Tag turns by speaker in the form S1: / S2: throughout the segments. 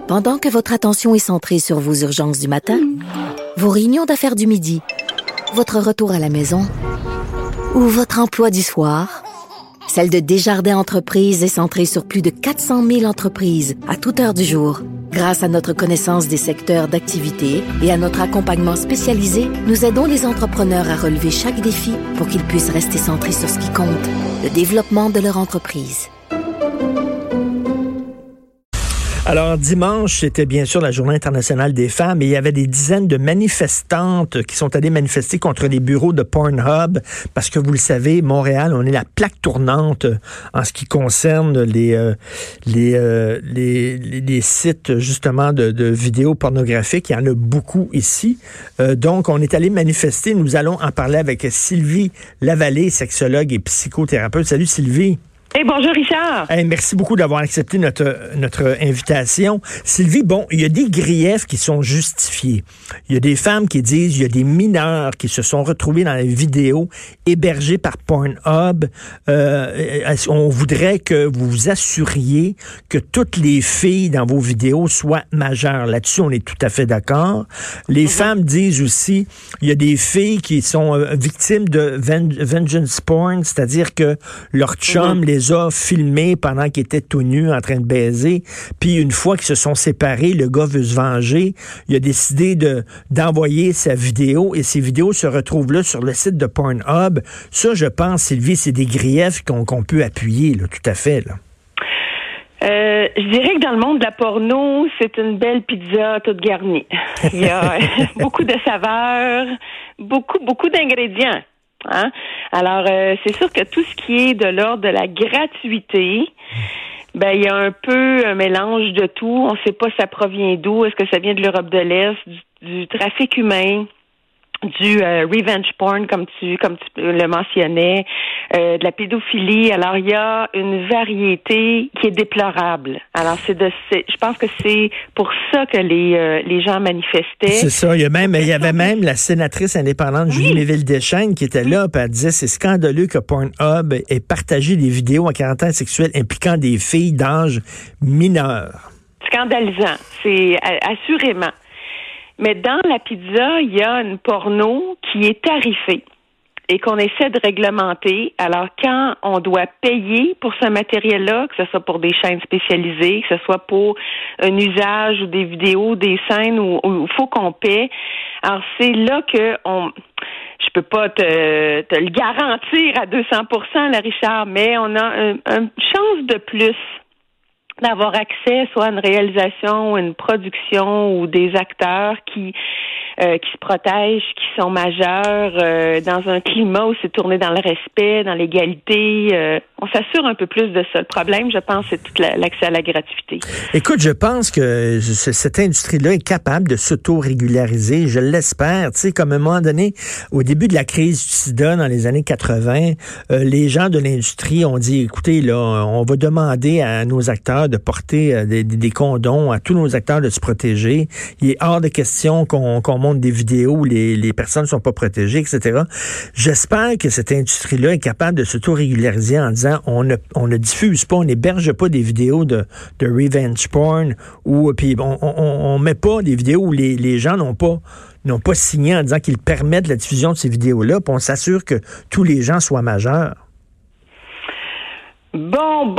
S1: Pendant que votre attention est centrée sur vos urgences du matin, vos réunions d'affaires du midi, votre retour à la maison ou votre emploi du soir, celle de Desjardins Entreprises est centrée sur plus de 400 000 entreprises à toute heure du jour. Grâce à notre connaissance des secteurs d'activité et à notre accompagnement spécialisé, nous aidons les entrepreneurs à relever chaque défi pour qu'ils puissent rester centrés sur ce qui compte, le développement de leur entreprise.
S2: Alors, dimanche, c'était bien sûr la Journée internationale des femmes et il y avait des dizaines de manifestantes qui sont allées manifester contre les bureaux de Pornhub parce que, vous le savez, Montréal, on est la plaque tournante en ce qui concerne les sites, justement, de vidéos pornographiques. Il y en a beaucoup ici. Donc, on est allé manifester. Nous allons en parler avec Sylvie Lavallée, sexologue et psychothérapeute. Salut, Sylvie.
S3: Hey, bonjour Richard.
S2: Hey, merci beaucoup d'avoir accepté notre invitation. Sylvie, bon, il y a des griefs qui sont justifiés. Il y a des femmes qui disent, il y a des mineurs qui se sont retrouvés dans les vidéos hébergées par Pornhub. On voudrait que vous vous assuriez que toutes les filles dans vos vidéos soient majeures. Là-dessus, on est tout à fait d'accord. Les femmes disent aussi, il y a des filles qui sont victimes de vengeance porn, c'est-à-dire que leur chum les a filmés pendant qu'ils étaient tout nus en train de baiser. Puis une fois qu'ils se sont séparés, le gars veut se venger. Il a décidé d'envoyer sa vidéo et ces vidéos se retrouvent là sur le site de Pornhub. Ça, je pense, Sylvie, c'est des griefs qu'on peut appuyer, là, tout à fait, là.
S3: Je dirais que dans le monde de la porno, c'est une belle pizza toute garnie. Il y a beaucoup de saveurs, beaucoup d'ingrédients. Hein? Alors, c'est sûr que tout ce qui est de l'ordre de la gratuité, ben il y a un peu un mélange de tout. On ne sait pas ça provient d'où. Est-ce que ça vient de l'Europe de l'Est, du trafic humain, du revenge porn, comme tu le mentionnais, de la pédophilie. Alors, il y a une variété qui est déplorable. Alors, je pense que c'est pour ça que les gens manifestaient.
S2: C'est ça. Il y avait même la sénatrice indépendante Julie Méville-Deschênes qui était là, puis elle disait, c'est scandaleux que Pornhub ait partagé des vidéos à caractère sexuel impliquant des filles d'âge mineur.
S3: Scandalisant. C'est assurément. Mais dans la pizza, il y a une porno qui est tarifée et qu'on essaie de réglementer. Alors, quand on doit payer pour ce matériel-là, que ce soit pour des chaînes spécialisées, que ce soit pour un usage ou des vidéos, des scènes où il faut qu'on paie, alors c'est là que je peux pas te le garantir à 200%, là, Richard, mais on a une chance de plus d'avoir accès soit à une réalisation, une production ou des acteurs qui se protègent, qui sont majeurs, dans un climat où c'est tourné dans le respect, dans l'égalité. On s'assure un peu plus de ça. Le problème, je pense, c'est tout l'accès à la gratuité.
S2: Écoute, je pense que cette industrie-là est capable de s'auto-régulariser. Je l'espère. Tu sais, comme à un moment donné, au début de la crise du sida dans les années 80, les gens de l'industrie ont dit, écoutez, là, on va demander à nos acteurs de porter des condoms, à tous nos acteurs de se protéger. Il est hors de question qu'on monte des vidéos où les personnes ne sont pas protégées, etc. J'espère que cette industrie-là est capable de s'auto-régulariser en disant on ne diffuse pas, on n'héberge pas des vidéos de revenge porn ou puis on met pas des vidéos où les gens n'ont pas signé en disant qu'ils permettent la diffusion de ces vidéos-là, puis on s'assure que tous les gens soient majeurs.
S3: Bon.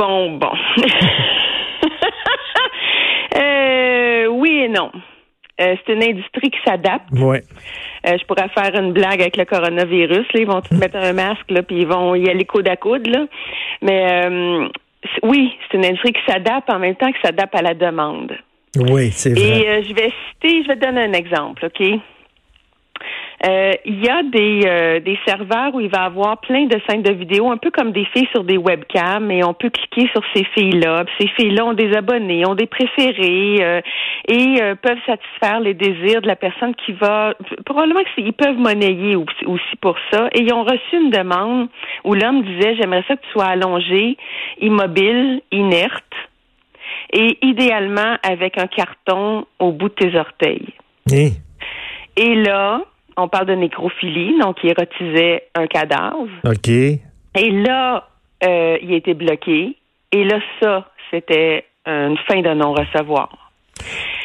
S3: Oui et non. C'est une industrie qui s'adapte.
S2: Ouais.
S3: Je pourrais faire une blague avec le coronavirus. Là, ils vont tous mettre un masque, là, puis ils vont y aller coude à coude. Là. Mais oui, c'est une industrie qui s'adapte en même temps qui s'adapte à la demande.
S2: Oui, c'est vrai.
S3: Et je vais te donner un exemple, OK? Il y a des serveurs où il va y avoir plein de scènes de vidéos, un peu comme des filles sur des webcams, et on peut cliquer sur ces filles-là. Puis ces filles-là ont des abonnés, ont des préférés, et peuvent satisfaire les désirs de la personne qui va... Probablement qu'ils peuvent monnayer aussi pour ça. Et ils ont reçu une demande où l'homme disait, j'aimerais ça que tu sois allongé, immobile, inerte, et idéalement avec un carton au bout de tes orteils. Et là... On parle de nécrophilie, donc il érotisait un cadavre.
S2: OK.
S3: Et là, il a été bloqué. Et là, ça, c'était une fin de non-recevoir.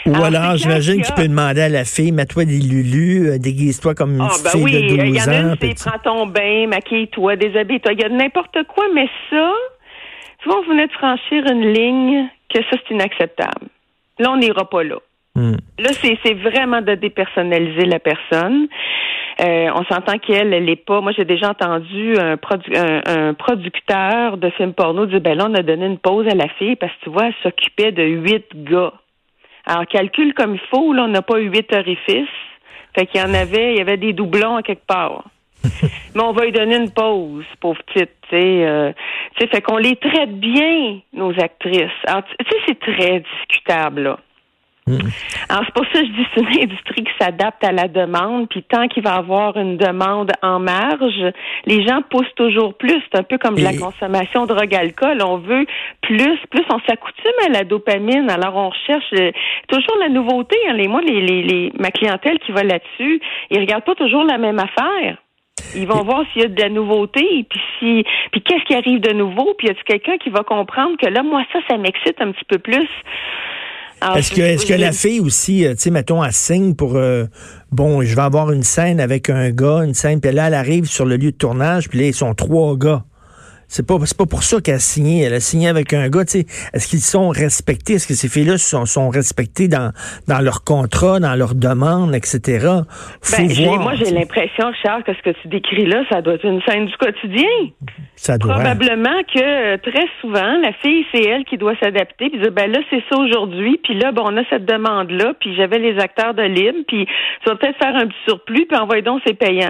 S2: Ou alors j'imagine qu'il peut demander à la fille, mets-toi des lulus, déguise-toi comme une petite fille de 12 ans.
S3: Il y en a une, c'est prends ton bain, maquille-toi, déshabille-toi. Il y a n'importe quoi, mais ça, tu vois, on venait de franchir une ligne que ça, c'est inacceptable. Là, on n'ira pas là. Là, c'est vraiment de dépersonnaliser la personne. On s'entend qu'elle est pas... Moi, j'ai déjà entendu un producteur de films porno dire, ben là, on a donné une pause à la fille parce que, tu vois, elle s'occupait de 8 gars. Alors, calcule comme il faut, là, on n'a pas 8 orifices. Fait qu'il il y avait des doublons à quelque part. Mais on va lui donner une pause, pauvre petite, tu sais. Fait qu'on les traite bien, nos actrices. Alors, tu sais, c'est très discutable, là. Alors, c'est pour ça que je dis c'est une industrie qui s'adapte à la demande, puis tant qu'il va y avoir une demande en marge, les gens poussent toujours plus. C'est un peu comme de la consommation de drogue-alcool. On veut plus on s'accoutume à la dopamine. Alors, on recherche toujours la nouveauté. Hein. Ma clientèle qui va là-dessus, ils regardent pas toujours la même affaire. Ils vont voir s'il y a de la nouveauté, puis qu'est-ce qui arrive de nouveau, puis y a-t-il quelqu'un qui va comprendre que là, moi, ça m'excite un petit peu plus. Alors, est-ce que
S2: la fille aussi, tu sais, mettons, elle signe pour, je vais avoir une scène avec un gars, puis là, elle arrive sur le lieu de tournage, puis là, ils sont 3 gars. C'est pas pour ça qu'elle a signé. Elle a signé avec un gars, tu sais. Est-ce qu'ils sont respectés? Est-ce que ces filles-là sont respectées dans leur contrat, dans leurs demandes, etc.?
S3: Moi, j'ai l'impression, Charles, que ce que tu décris là, ça doit être une scène du quotidien.
S2: Ça doit.
S3: Probablement que très souvent, la fille, c'est elle qui doit s'adapter, puis dire, ben là, c'est ça aujourd'hui, puis là, on a cette demande-là, puis j'avais les acteurs de libre, puis tu vas peut-être faire un petit surplus, puis envoie donc, c'est payant.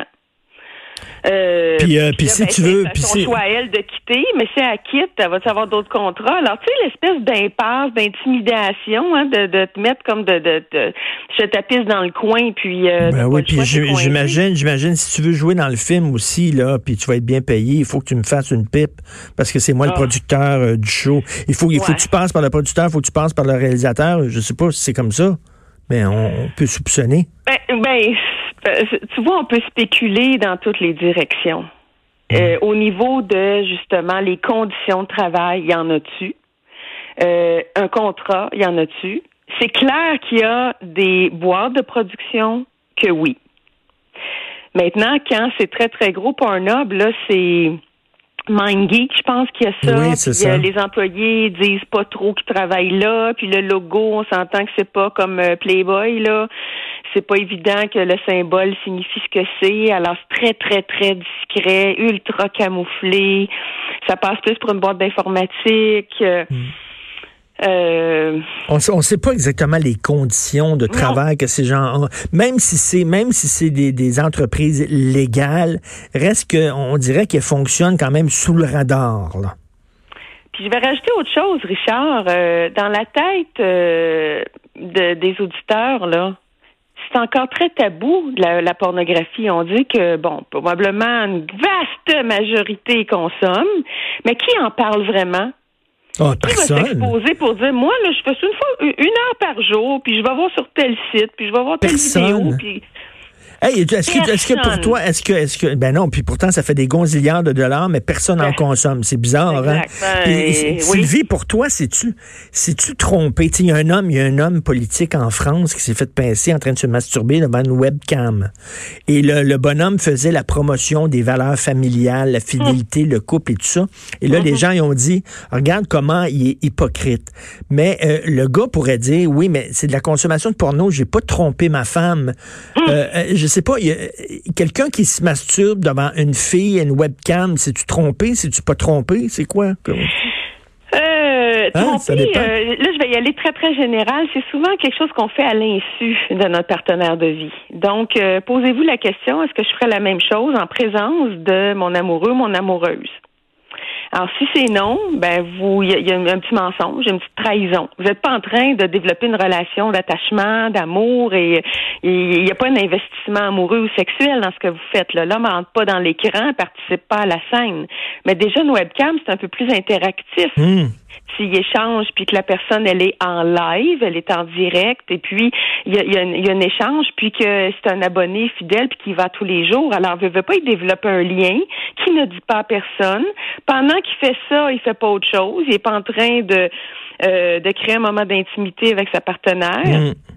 S2: Puis si tu veux, puis
S3: c'est son choix à elle de quitter, mais si elle quitte, elle va avoir d'autres contrats. Alors tu sais l'espèce d'impasse, d'intimidation, hein, de te mettre comme de je tapisse dans le coin, puis
S2: oui, puis j'imagine si tu veux jouer dans le film aussi là, puis tu vas être bien payé, il faut que tu me fasses une pipe parce que c'est moi le producteur du show. Il faut que tu passes par le producteur, il faut que tu passes par le réalisateur. Je sais pas si c'est comme ça, mais on peut soupçonner.
S3: Tu vois, on peut spéculer dans toutes les directions. Au niveau de, justement, les conditions de travail, il y en a-tu? Un contrat, il y en a-tu? C'est clair qu'il y a des boîtes de production que oui. Maintenant, quand c'est très, très gros Pornhub, là, c'est MindGeek, je pense qu'il y a ça.
S2: Oui, c'est ça.
S3: Les employés disent pas trop qu'ils travaillent là. Puis le logo, on s'entend que c'est pas comme Playboy, là. C'est pas évident que le symbole signifie ce que c'est. Alors, c'est très, très, très discret, ultra camouflé. Ça passe plus pour une boîte d'informatique.
S2: On sait pas exactement les conditions de travail que ces gens ont. Même si c'est des entreprises légales, reste que on dirait qu'elles fonctionnent quand même sous le radar, là.
S3: Puis je vais rajouter autre chose, Richard. Dans la tête des auditeurs, là, c'est encore très tabou, la pornographie. On dit que, probablement une vaste majorité consomme, mais qui en parle vraiment?
S2: Personne.
S3: Qui va s'exposer pour dire, moi, là, je fais ça une heure par jour, puis je vais voir sur tel site, puis je vais voir telle vidéo, puis...
S2: Hey, est-ce que pour toi, est-ce que ben non, puis pourtant ça fait des gonzillards de dollars, mais personne n'en consomme, c'est bizarre,
S3: exact.
S2: Hein? Sylvie, pour toi, c'est-tu trompé? Il y a un homme politique en France qui s'est fait pincer en train de se masturber devant une webcam. Et le bonhomme faisait la promotion des valeurs familiales, la fidélité, le couple et tout ça. Et là, les gens ils ont dit, regarde comment il est hypocrite. Mais le gars pourrait dire, oui, mais c'est de la consommation de porno, j'ai pas trompé ma femme. Je sais pas, il y a quelqu'un qui se masturbe devant une fille, une webcam, c'est-tu trompé, c'est-tu pas trompé, c'est quoi?
S3: Trompé, là, je vais y aller très, très général. C'est souvent quelque chose qu'on fait à l'insu de notre partenaire de vie. Donc, posez-vous la question, est-ce que je ferais la même chose en présence de mon amoureux ou mon amoureuse? Alors, si c'est non, il y a un petit mensonge, une petite trahison. Vous n'êtes pas en train de développer une relation d'attachement, d'amour, et il n'y a pas un investissement amoureux ou sexuel dans ce que vous faites. Là. L'homme rentre pas dans l'écran, participe pas à la scène. Mais déjà, une webcam, c'est un peu plus interactif. S'il échange, puis que la personne, elle est en live, elle est en direct, et puis il y a un échange, puis que c'est un abonné fidèle, puis qui va tous les jours. Alors, veut pas, il développe un lien qui ne dit pas à personne. Pendant qu'il fait ça, il fait pas autre chose. Il est pas en train de créer un moment d'intimité avec sa partenaire.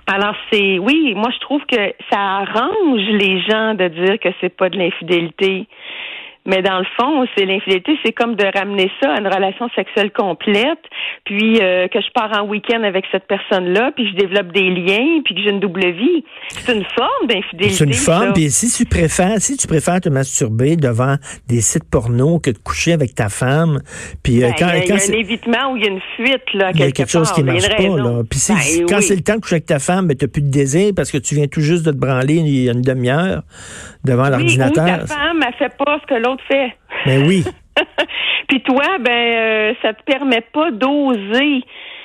S3: Alors, oui, moi, je trouve que ça arrange les gens de dire que c'est pas de l'infidélité. Mais dans le fond, l'infidélité, c'est comme de ramener ça à une relation sexuelle complète, puis que je pars en week-end avec cette personne-là, puis je développe des liens, puis que j'ai une double vie. C'est une forme d'infidélité.
S2: C'est une forme, puis si tu préfères te masturber devant des sites porno que de coucher avec ta femme, puis
S3: il y a un évitement ou il y a une fuite, là,
S2: il y a quelque chose qui marche pas, là. Puis quand c'est le temps de coucher avec ta femme, ben, t'as plus de désir parce que tu viens tout juste de te branler il y a une demi-heure devant l'ordinateur.
S3: Ou ta femme, elle fait pas ce que l'autre fait.
S2: Ben oui.
S3: Puis toi, ça te permet pas d'oser.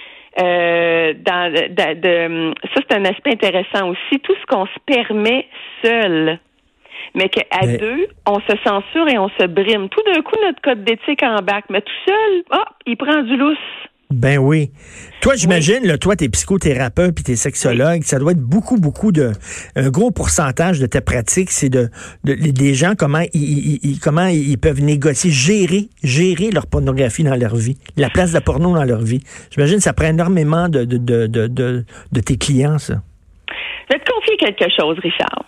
S3: Ça, c'est un aspect intéressant aussi. Tout ce qu'on se permet seul, mais qu'à deux, on se censure et on se brime. Tout d'un coup, notre code d'éthique embarque. Mais tout seul, il prend du lousse.
S2: Ben oui. Toi, j'imagine, là, toi, t'es psychothérapeute puis t'es sexologue, ça doit être beaucoup un gros pourcentage de ta pratique, c'est des gens, comment ils peuvent négocier, gérer leur pornographie dans leur vie, la place de la porno dans leur vie. J'imagine que ça prend énormément de tes clients, ça.
S3: Je vais te confier quelque chose, Richard.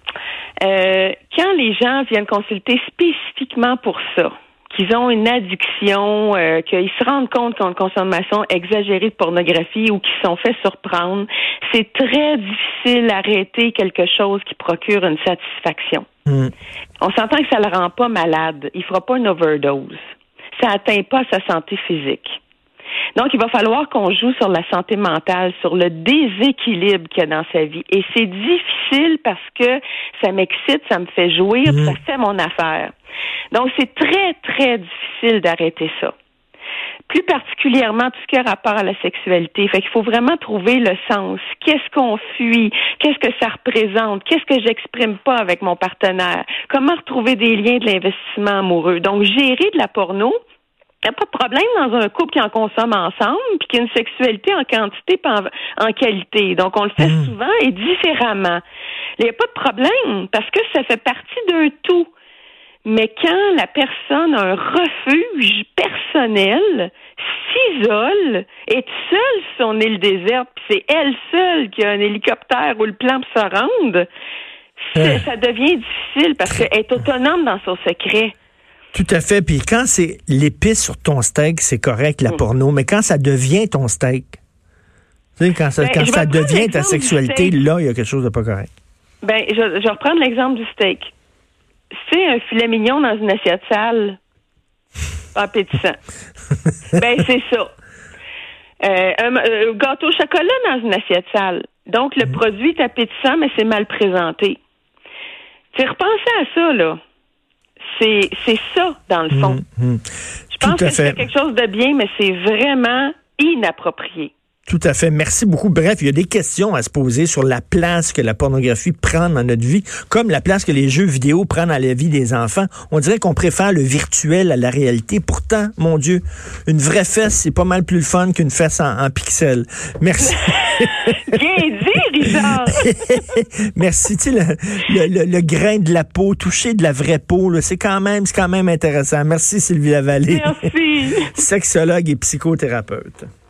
S3: Quand les gens viennent consulter spécifiquement pour ça, qu'ils ont une addiction, qu'ils se rendent compte qu'ils ont une consommation exagérée de pornographie ou qu'ils se sont fait surprendre, c'est très difficile d'arrêter quelque chose qui procure une satisfaction. On s'entend que ça ne le rend pas malade. Il ne fera pas une overdose. Ça n'atteint pas sa santé physique. Donc, il va falloir qu'on joue sur la santé mentale, sur le déséquilibre qu'il y a dans sa vie. Et c'est difficile parce que ça m'excite, ça me fait jouir, ça fait mon affaire. Donc, c'est très, très difficile d'arrêter ça. Plus particulièrement tout ce qui a rapport à la sexualité. Fait qu'il faut vraiment trouver le sens. Qu'est-ce qu'on fuit? Qu'est-ce que ça représente? Qu'est-ce que j'exprime pas avec mon partenaire? Comment retrouver des liens de l'investissement amoureux? Donc, gérer de la porno, il n'y a pas de problème dans un couple qui en consomme ensemble puis qui a une sexualité en quantité et en qualité. Donc, on le fait souvent et différemment. Il n'y a pas de problème parce que ça fait partie d'un tout. Mais quand la personne a un refuge personnel, s'isole, est seule sur son île déserte, puis c'est elle seule qui a un hélicoptère ou le plan pour se rendre, ça devient difficile parce qu'elle est autonome dans son secret.
S2: Tout à fait. Puis quand c'est l'épice sur ton steak, c'est correct, la porno. Mais quand ça devient ton steak, tu sais, quand ça devient ta sexualité, là, il y a quelque chose de pas correct.
S3: Je vais reprendre l'exemple du steak. C'est un filet mignon dans une assiette sale, pas appétissant. C'est ça. Un gâteau au chocolat dans une assiette sale. Donc, le produit est appétissant, mais c'est mal présenté. Tu sais, repensez à ça, là. C'est ça, dans le fond. Je pense que c'est quelque chose de bien, mais c'est vraiment inapproprié.
S2: Tout à fait. Merci beaucoup. Bref, il y a des questions à se poser sur la place que la pornographie prend dans notre vie, comme la place que les jeux vidéo prennent dans la vie des enfants. On dirait qu'on préfère le virtuel à la réalité. Pourtant, mon Dieu, une vraie fesse, c'est pas mal plus le fun qu'une fesse en pixels. Merci.
S3: Bien dit, Richard.
S2: Merci. Tu sais, le grain de la peau, toucher de la vraie peau, là, c'est quand même intéressant. Merci, Sylvie Lavallée.
S3: Merci.
S2: Sexologue et psychothérapeute.